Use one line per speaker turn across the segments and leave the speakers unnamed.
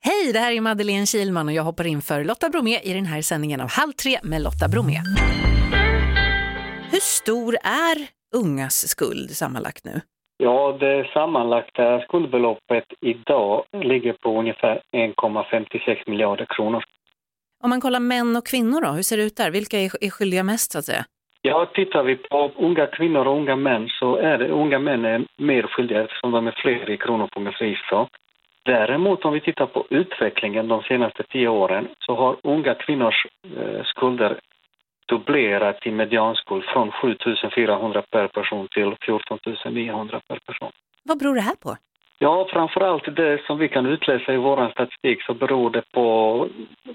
Hej, det här är Madeleine Kilman och jag hoppar in för Lotta Bromé i den här sändningen av Halv 3 med Lotta Bromé. Hur stor är ungas skuld sammanlagt nu?
Ja, det sammanlagda skuldbeloppet idag ligger på ungefär 1,56 miljarder kronor.
Om man kollar män och kvinnor då, hur ser det ut där? Vilka är skyldiga mest så att säga?
Ja, tittar vi på unga kvinnor och unga män så är det unga män är mer skyldiga eftersom de är fler i Kronofogdens register. Däremot om vi tittar på utvecklingen de senaste 10 åren så har unga kvinnors skulder dubblerat i medianskuld från 7 400 per person till 14 900 per person.
Vad beror det här på?
Ja, framförallt det som vi kan utläsa i vår statistik så beror det på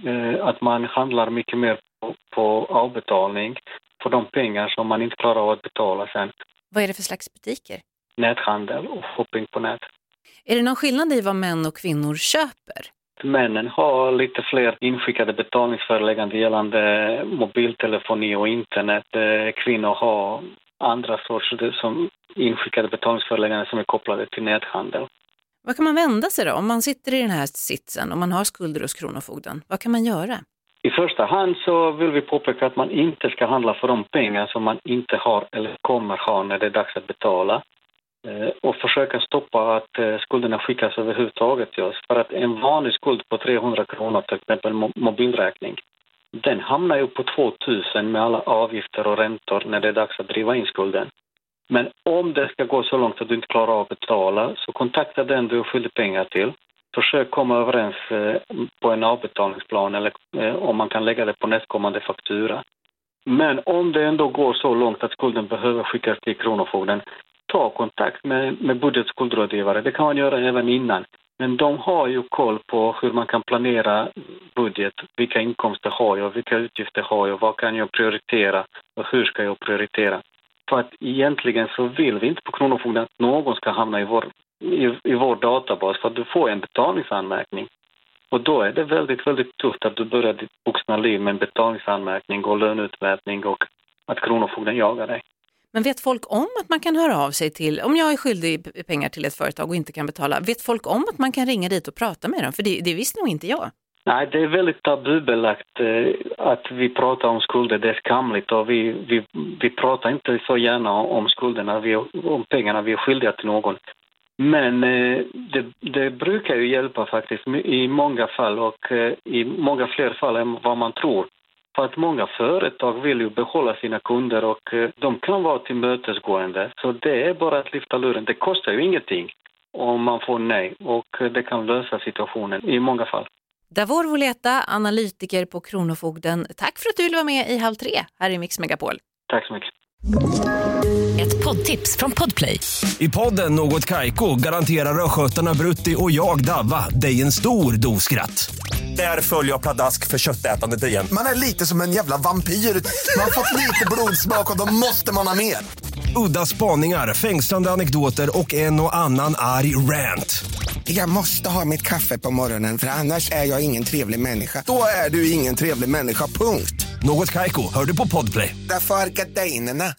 att man handlar mycket mer på avbetalning för de pengar som man inte klarar av att betala sen.
Vad är det för slags butiker?
Näthandel och shopping på nät.
Är det någon skillnad i vad män och kvinnor köper?
Männen har lite fler inskickade betalningsföreläggande gällande mobiltelefoni och internet. Kvinnor har andra sorts som inskickade betalningsföreläggande som är kopplade till näthandel.
Vad kan man vända sig då om man sitter i den här sitsen och man har skulder hos Kronofogden? Vad kan man göra?
I första hand så vill vi påpeka att man inte ska handla för de pengar som man inte har eller kommer ha när det är dags att betala. Och försöka stoppa att skulderna skickas överhuvudtaget till oss. För att en vanlig skuld på 300 kronor, till exempel mobilräkning, den hamnar ju på 2000 med alla avgifter och räntor när det är dags att driva in skulden. Men om det ska gå så långt att du inte klarar av att betala så kontakta den du är skyldig pengar till. Försök komma överens på en avbetalningsplan eller om man kan lägga det på nästkommande faktura. Men om det ändå går så långt att skulden behöver skickas till Kronofogden, ta kontakt med budgetskuldrådgivare. Det kan man göra även innan. Men de har ju koll på hur man kan planera budget. Vilka inkomster har jag, vilka utgifter har jag, vad kan jag prioritera och hur ska jag prioritera. För att egentligen så vill vi inte på Kronofogden att någon ska hamna i vår databas för att du får en betalningsanmärkning. Och då är det väldigt, väldigt tufft att du börjar ditt vuxna liv med en betalningsanmärkning och löneutmätning och att Kronofogden jagar dig.
Men vet folk om att man kan höra av sig till, om jag är skyldig pengar till ett företag och inte kan betala, vet folk om att man kan ringa dit och prata med dem? För det visste nog inte jag.
Nej, det är väldigt tabubelagt att vi pratar om skulder, det är skamligt och vi pratar inte så gärna om skulderna, om pengarna vi är skyldiga till någon. Men det brukar ju hjälpa faktiskt i många fall och i många fler fall än vad man tror. För att många företag vill ju behålla sina kunder och de kan vara tillmötesgående. Så det är bara att lyfta luren. Det kostar ju ingenting om man får nej och det kan lösa situationen i många fall.
Davor Voleta, analytiker på Kronofogden. Tack för att du ville vara med i Halv 3 här i Mix Megapol.
Tack så mycket.
Ett poddtips från Podplay.
I podden Något Kaiko garanterar röskötarna Brutti och jag Davva dig en stor doskratt. Där följer jag pladask för köttätandet igen.
Man är lite som en jävla vampyr. Man har fått lite blodsmak och då måste man ha mer.
Udda spaningar, fängslande anekdoter och en och annan arg rant.
Jag måste ha mitt kaffe på morgonen för annars är jag ingen trevlig människa. Då är du ingen trevlig människa, punkt.
Något Kaiko, hör du på Podplay.
Därför är gardinerna.